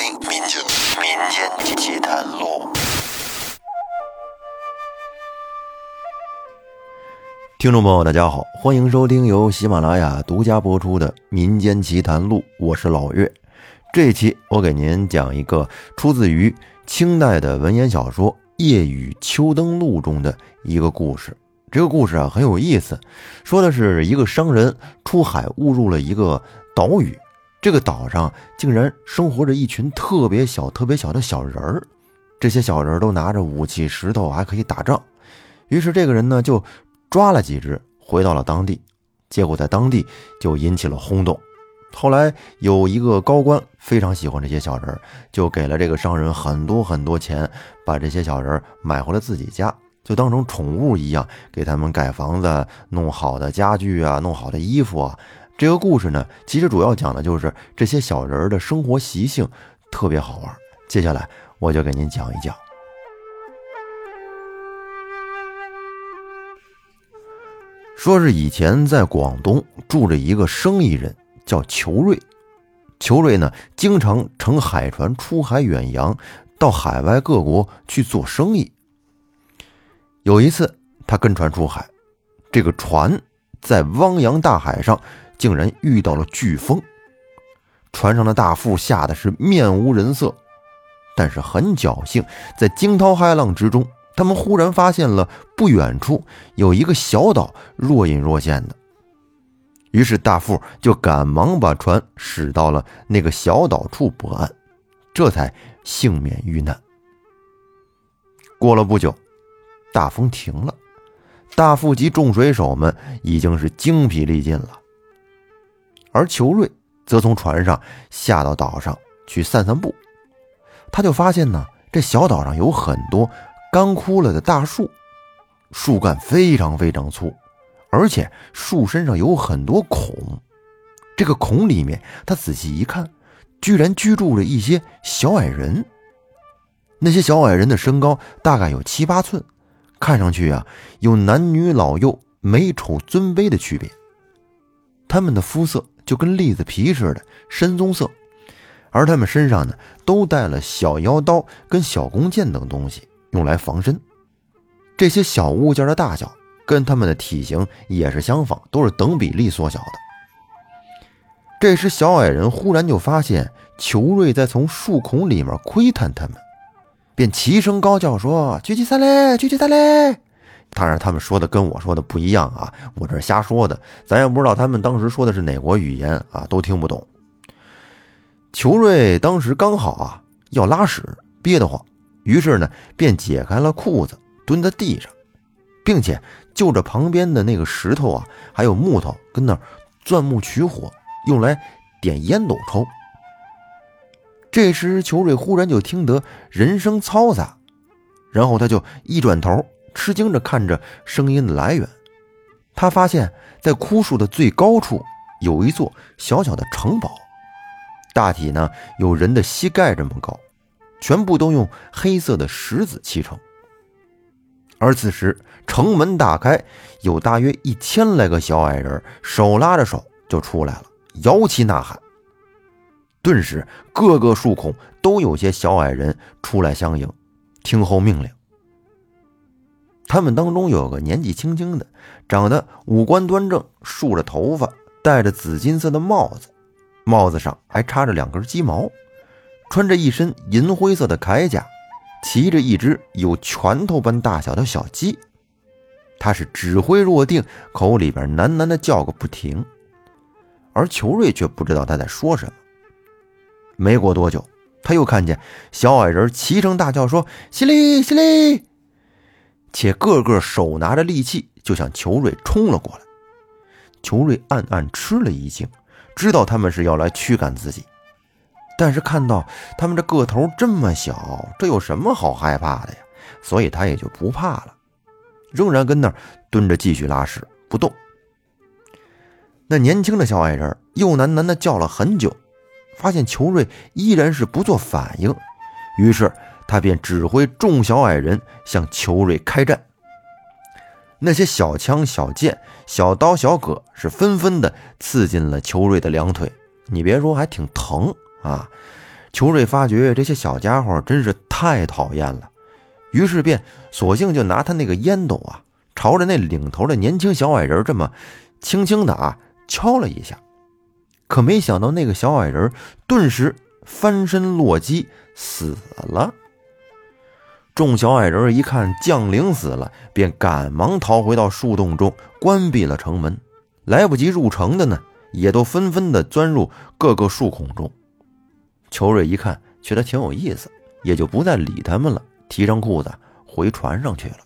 民间奇谈录。听众朋友大家好，欢迎收听由喜马拉雅独家播出的民间奇谈录，我是老岳。这一期我给您讲一个出自于清代的文言小说《夜雨秋灯录》中的一个故事。这个故事很有意思，说的是一个商人出海误入了一个岛屿，这个岛上竟然生活着一群特别小的小人儿，这些小人都拿着武器石头，还可以打仗。于是这个人呢就抓了几只回到了当地，结果在当地就引起了轰动。后来有一个高官非常喜欢这些小人，就给了这个商人很多钱，把这些小人买回了自己家，就当成宠物一样，给他们盖房子，弄好的家具啊，弄好的衣服啊。这个故事呢，其实主要讲的就是这些小人的生活习性特别好玩。接下来我就给您讲一讲。说是以前在广东住着一个生意人叫裘瑞，裘瑞呢经常乘海船出海远洋，到海外各国去做生意。有一次他跟船出海，这个船在汪洋大海上竟然遇到了飓风，船上的大副吓得是面无人色。但是很侥幸，在惊涛骇浪之中，他们忽然发现了不远处有一个小岛，若隐若现的。于是大副就赶忙把船驶到了那个小岛处泊岸，这才幸免遇难。过了不久，大风停了，大副及众水手们已经是精疲力尽了，而裘瑞则从船上下到岛上去散散步。他就发现呢，这小岛上有很多干枯了的大树，树干非常粗，而且树身上有很多孔。这个孔里面他仔细一看，居然居住着一些小矮人。那些小矮人的身高大概有7、8寸，看上去有男女老幼美丑尊卑的区别。他们的肤色就跟栗子皮似的深棕色，而他们身上呢都带了小腰刀跟小弓箭等东西，用来防身。这些小物件的大小跟他们的体型也是相仿，都是等比例缩小的。这时小矮人忽然就发现裘瑞在从树孔里面窥探他们，便齐声高叫说：狙击三嘞，狙击三嘞！当然他们说的跟我说的不一样啊，我这是瞎说的，咱也不知道他们当时说的是哪国语言啊，都听不懂。裘瑞当时刚好要拉屎，憋得慌，于是呢便解开了裤子，蹲在地上，并且就着旁边的那个石头还有木头跟那儿钻木取火，用来点烟斗抽。这时裘瑞忽然就听得人声嘈杂，然后他就一转头，吃惊着看着声音的来源。他发现在枯树的最高处有一座小小的城堡，大体呢有人的膝盖这么高，全部都用黑色的石子砌成。而此时城门大开，有大约1000来个小矮人手拉着手就出来了，摇旗呐喊。顿时各个树孔都有些小矮人出来相迎，听候命令。他们当中有个年纪轻轻的，长得五官端正，竖着头发，戴着紫金色的帽子，帽子上还插着2根鸡毛，穿着一身银灰色的铠甲，骑着一只有拳头般大小的小鸡。他是指挥若定，口里边喃喃地叫个不停。而裘瑞却不知道他在说什么。没过多久，他又看见小矮人齐声大叫说：淅沥淅沥！且个个手拿着利器就向裘瑞冲了过来。裘瑞暗暗吃了一惊，知道他们是要来驱赶自己，但是看到他们这个头这么小，这有什么好害怕的呀？所以他也就不怕了，仍然跟那儿蹲着继续拉屎不动。那年轻的小矮人又喃喃地叫了很久，发现裘瑞依然是不做反应，于是他便指挥众小矮人向裘瑞开战。那些小枪小剑小刀小戈是纷纷的刺进了裘瑞的两腿，你别说还挺疼啊！ 裘瑞发觉这些小家伙真是太讨厌了，于是便索性就拿他那个烟斗啊，朝着那领头的年轻小矮人这么轻轻的敲了一下。可没想到那个小矮人顿时翻身落击死了。众小矮人一看将领死了，便赶忙逃回到树洞中，关闭了城门。来不及入城的呢，也都纷纷的钻入各个树孔中。裘瑞一看觉得挺有意思，也就不再理他们了，提上裤子回船上去了。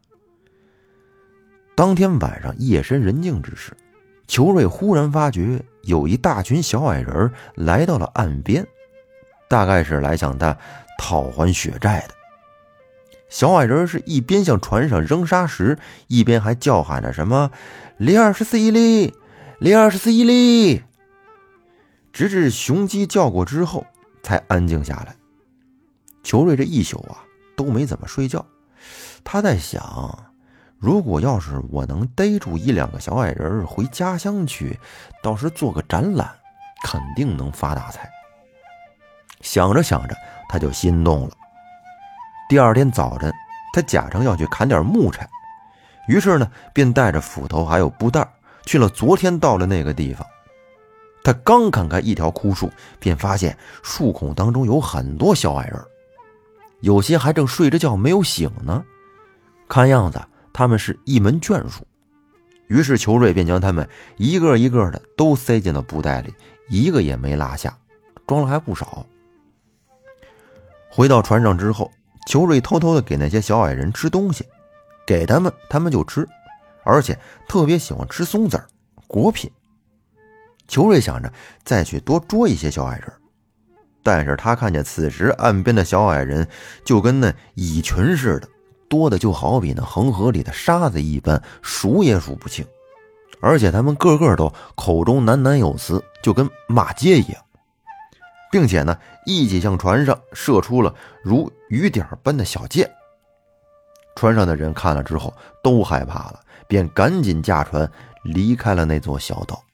当天晚上夜深人静之时，裘瑞忽然发觉有一大群小矮人来到了岸边，大概是来向他讨还血债的。小矮人是一边向船上扔沙石，一边还叫喊着什么里尔十四伊利，里尔十四伊利，直至雄鸡叫过之后才安静下来。裘瑞这一宿都没怎么睡觉，他在想，如果要是我能逮住一两个小矮人回家乡去，到时做个展览，肯定能发大财。想着想着他就心动了。第二天早晨，他假装要去砍点木柴，于是呢便带着斧头还有布袋去了昨天到了那个地方。他刚砍开一条枯树，便发现树孔当中有很多小矮人，有些还正睡着觉没有醒呢，看样子他们是一门眷属。于是裘瑞便将他们一个一个的都塞进了布袋里，一个也没落下，装了还不少。回到船上之后，裘瑞偷偷的给那些小矮人吃东西，给他们就吃，而且特别喜欢吃松子儿果品。裘瑞想着再去多捉一些小矮人，但是他看见此时岸边的小矮人就跟那蚁群似的，多的就好比那恒河里的沙子一般，数也数不清，而且他们个个都口中喃喃有词，就跟骂街一样，并且呢一起向船上射出了如雨点般的小箭。船上的人看了之后都害怕了，便赶紧驾船离开了那座小岛。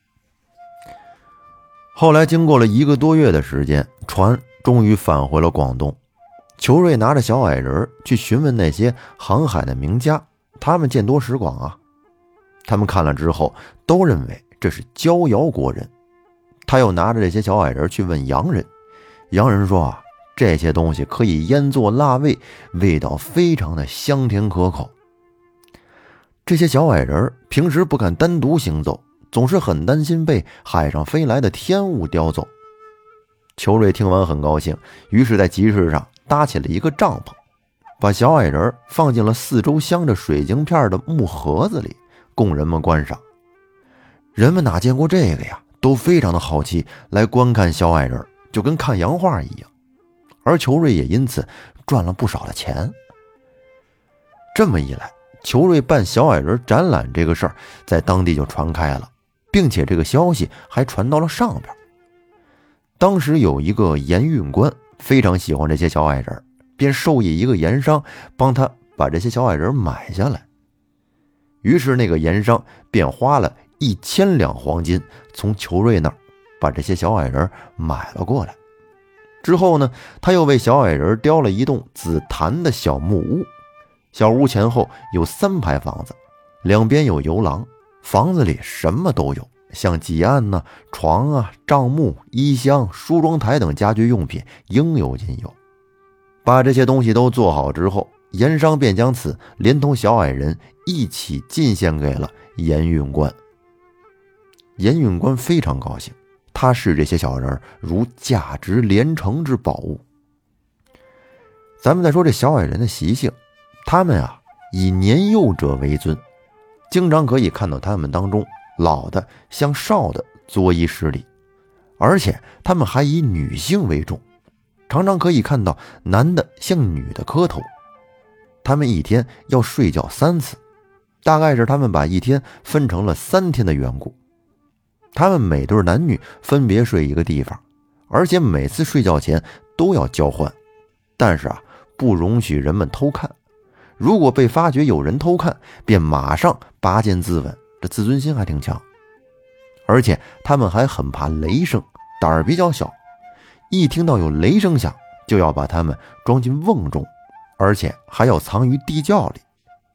后来经过了1个多月的时间，船终于返回了广东。裘瑞拿着小矮人去询问那些航海的名家，他们见多识广他们看了之后都认为这是交瑶国人。他又拿着这些小矮人去问洋人，洋人说这些东西可以腌做辣味，味道非常的香甜可口。这些小矮人平时不敢单独行走，总是很担心被海上飞来的天物叼走。裘瑞听完很高兴，于是在集市上搭起了一个帐篷，把小矮人放进了四周镶着水晶片的木盒子里，供人们观赏。人们哪见过这个呀，都非常的好奇，来观看小矮人，就跟看洋画一样。而裘瑞也因此赚了不少的钱。这么一来，裘瑞办小矮人展览这个事儿在当地就传开了，并且这个消息还传到了上边。当时有一个盐运官非常喜欢这些小矮人，便授意一个盐商帮他把这些小矮人买下来。于是那个盐商便花了1000两黄金从裘瑞那儿把这些小矮人买了过来。之后呢，他又为小矮人雕了一栋紫檀的小木屋，小屋前后有3排房子，两边有游廊，房子里什么都有，像几案床帐幕、衣箱、梳妆台等家居用品应有尽有。把这些东西都做好之后，盐商便将此连同小矮人一起进献给了盐运官。盐运官非常高兴，他视这些小人如价值连城之宝物。咱们再说这小矮人的习性，他们以年幼者为尊，经常可以看到他们当中老的向少的作揖施礼，而且他们还以女性为重，常常可以看到男的向女的磕头。他们一天要睡觉3次，大概是他们把一天分成了3天的缘故。他们每对男女分别睡一个地方，而且每次睡觉前都要交换，但是不容许人们偷看，如果被发觉有人偷看，便马上拔剑自刎，这自尊心还挺强。而且他们还很怕雷声，胆儿比较小， 一听到有雷声响，就要把他们装进瓮中，而且还要藏于地窖里。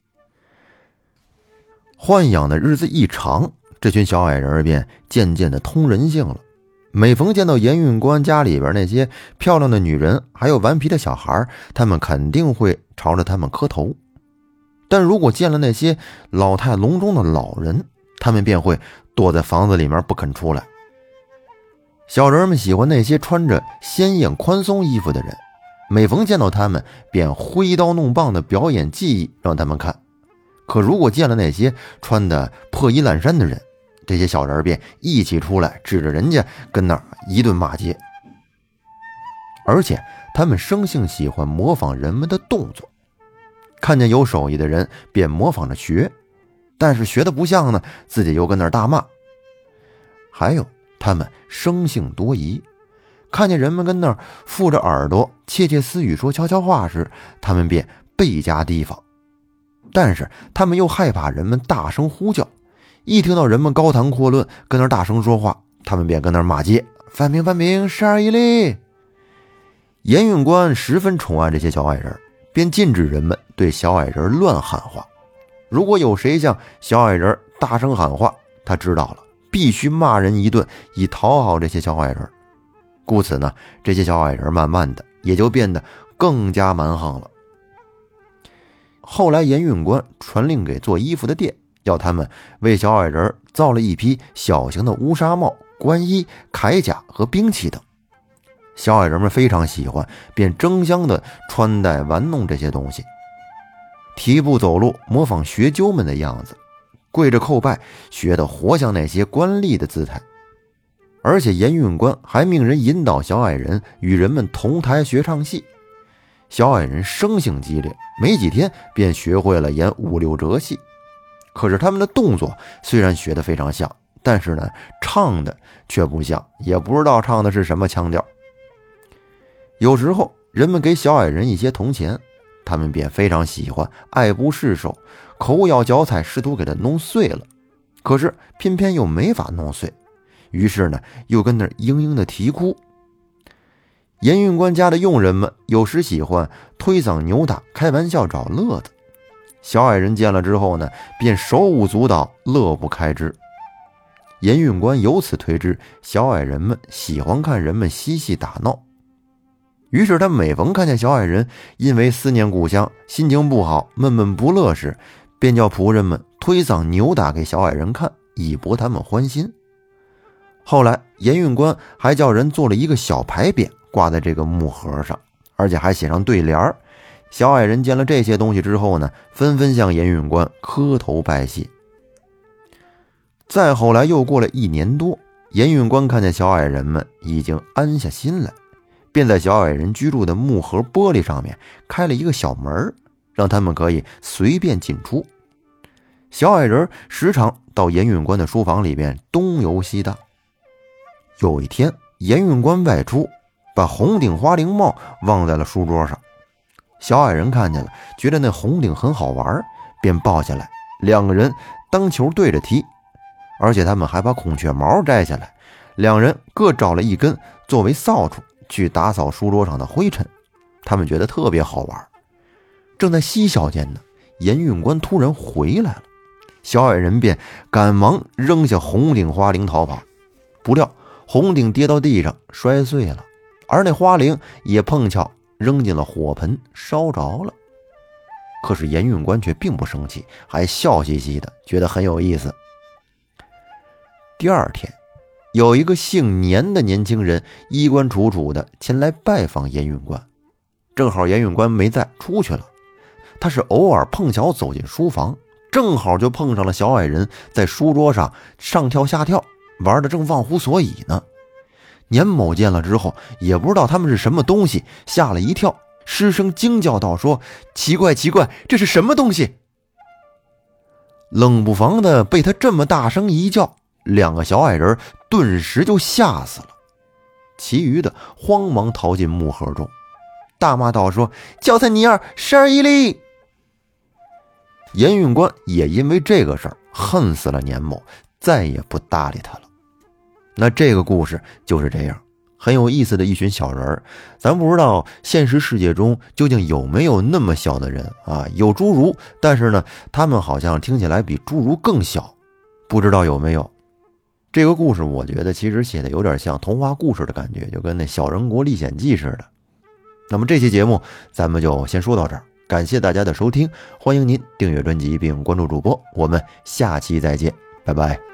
豢养的日子一长，这群小矮人便渐渐的通人性了。每逢见到严运官家里边那些漂亮的女人还有顽皮的小孩，他们肯定会朝着他们磕头。但如果见了那些老态龙钟的老人，他们便会躲在房子里面不肯出来。小人们喜欢那些穿着鲜艳宽松衣服的人，每逢见到他们便挥刀弄棒的表演技艺让他们看。可如果见了那些穿的破衣烂衫的人，这些小人便一起出来指着人家跟那儿一顿骂街。而且他们生性喜欢模仿人们的动作，看见有手艺的人便模仿着学，但是学的不像呢，自己又跟那儿大骂。还有他们生性多疑，看见人们跟那儿附着耳朵窃窃私语说悄悄话时，他们便倍加提防。但是他们又害怕人们大声呼叫，一听到人们高谈阔论跟那儿大声说话，他们便跟那儿骂街，翻平翻平，12一粒。严运官十分宠爱这些小矮人，便禁止人们对小矮人乱喊话。如果有谁向小矮人大声喊话，他知道了，必须骂人一顿，以讨好这些小矮人。故此呢，这些小矮人慢慢的也就变得更加蛮横了。后来严运官传令给做衣服的店，要他们为小矮人造了一批小型的乌纱帽、官衣、铠甲和兵器等。小矮人们非常喜欢，便争相的穿戴玩弄这些东西，提步走路模仿学究们的样子，跪着叩拜，学得活像那些官吏的姿态。而且严运官还命人引导小矮人与人们同台学唱戏。小矮人生性激烈，没几天便学会了演5、6折戏。可是他们的动作虽然学得非常像，但是呢，唱的却不像，也不知道唱的是什么腔调。有时候人们给小矮人一些铜钱，他们便非常喜欢，爱不释手，口咬脚踩，试图给它弄碎了。可是偏偏又没法弄碎，于是呢，又跟那儿嘤嘤的啼哭。严运官家的佣人们有时喜欢推搡扭打，开玩笑找乐子。小矮人见了之后呢，便手舞足蹈，乐不开支。严运官由此推知小矮人们喜欢看人们嬉戏打闹，于是他每逢看见小矮人因为思念故乡，心情不好，闷闷不乐时，便叫仆人们推搡扭打给小矮人看，以博他们欢心。后来严运官还叫人做了一个小牌匾，挂在这个木盒上，而且还写上对联。小矮人见了这些东西之后呢，纷纷向严运官磕头拜谢。再后来又过了1年多，严运官看见小矮人们已经安下心来，便在小矮人居住的木盒玻璃上面开了一个小门，让他们可以随便进出。小矮人时常到严运官的书房里边东游西荡。有一天，严运官外出，把红顶花翎帽忘在了书桌上。小矮人看见了，觉得那红顶很好玩，便抱下来，2个人当球对着踢。而且他们还把孔雀毛摘下来，2人各找了一根作为扫帚，去打扫书桌上的灰尘。他们觉得特别好玩。正在嬉笑间呢，严运官突然回来了，小矮人便赶忙扔下红顶花翎逃跑。不料红顶跌到地上摔碎了，而那花翎也碰巧扔进了火盆，烧着了。可是严运官却并不生气，还笑嘻嘻的，觉得很有意思。第2天，有一个姓年的年轻人衣冠楚楚的前来拜访严运官，正好严运官没在，出去了。他是偶尔碰巧走进书房，正好就碰上了小矮人在书桌上上跳下跳，玩得正忘乎所以呢。年某见了之后，也不知道他们是什么东西，吓了一跳，失声惊叫道说：奇怪奇怪，这是什么东西？冷不防的被他这么大声一叫，2个小矮人顿时就吓死了，其余的慌忙逃进木盒中，大骂道说：叫他尼尔12一粒！严运官也因为这个事儿恨死了年某，再也不搭理他了。那这个故事就是这样， 很有意思的一群小人儿。咱不知道现实世界中究竟有没有那么小的人啊？有侏儒，但是呢，他们好像听起来比侏儒更小，不知道有没有。这个故事我觉得其实写的有点像童话故事的感觉，就跟那《小人国历险记》似的。那么这期节目咱们就先说到这儿，感谢大家的收听，欢迎您订阅专辑并关注主播，我们下期再见，拜拜。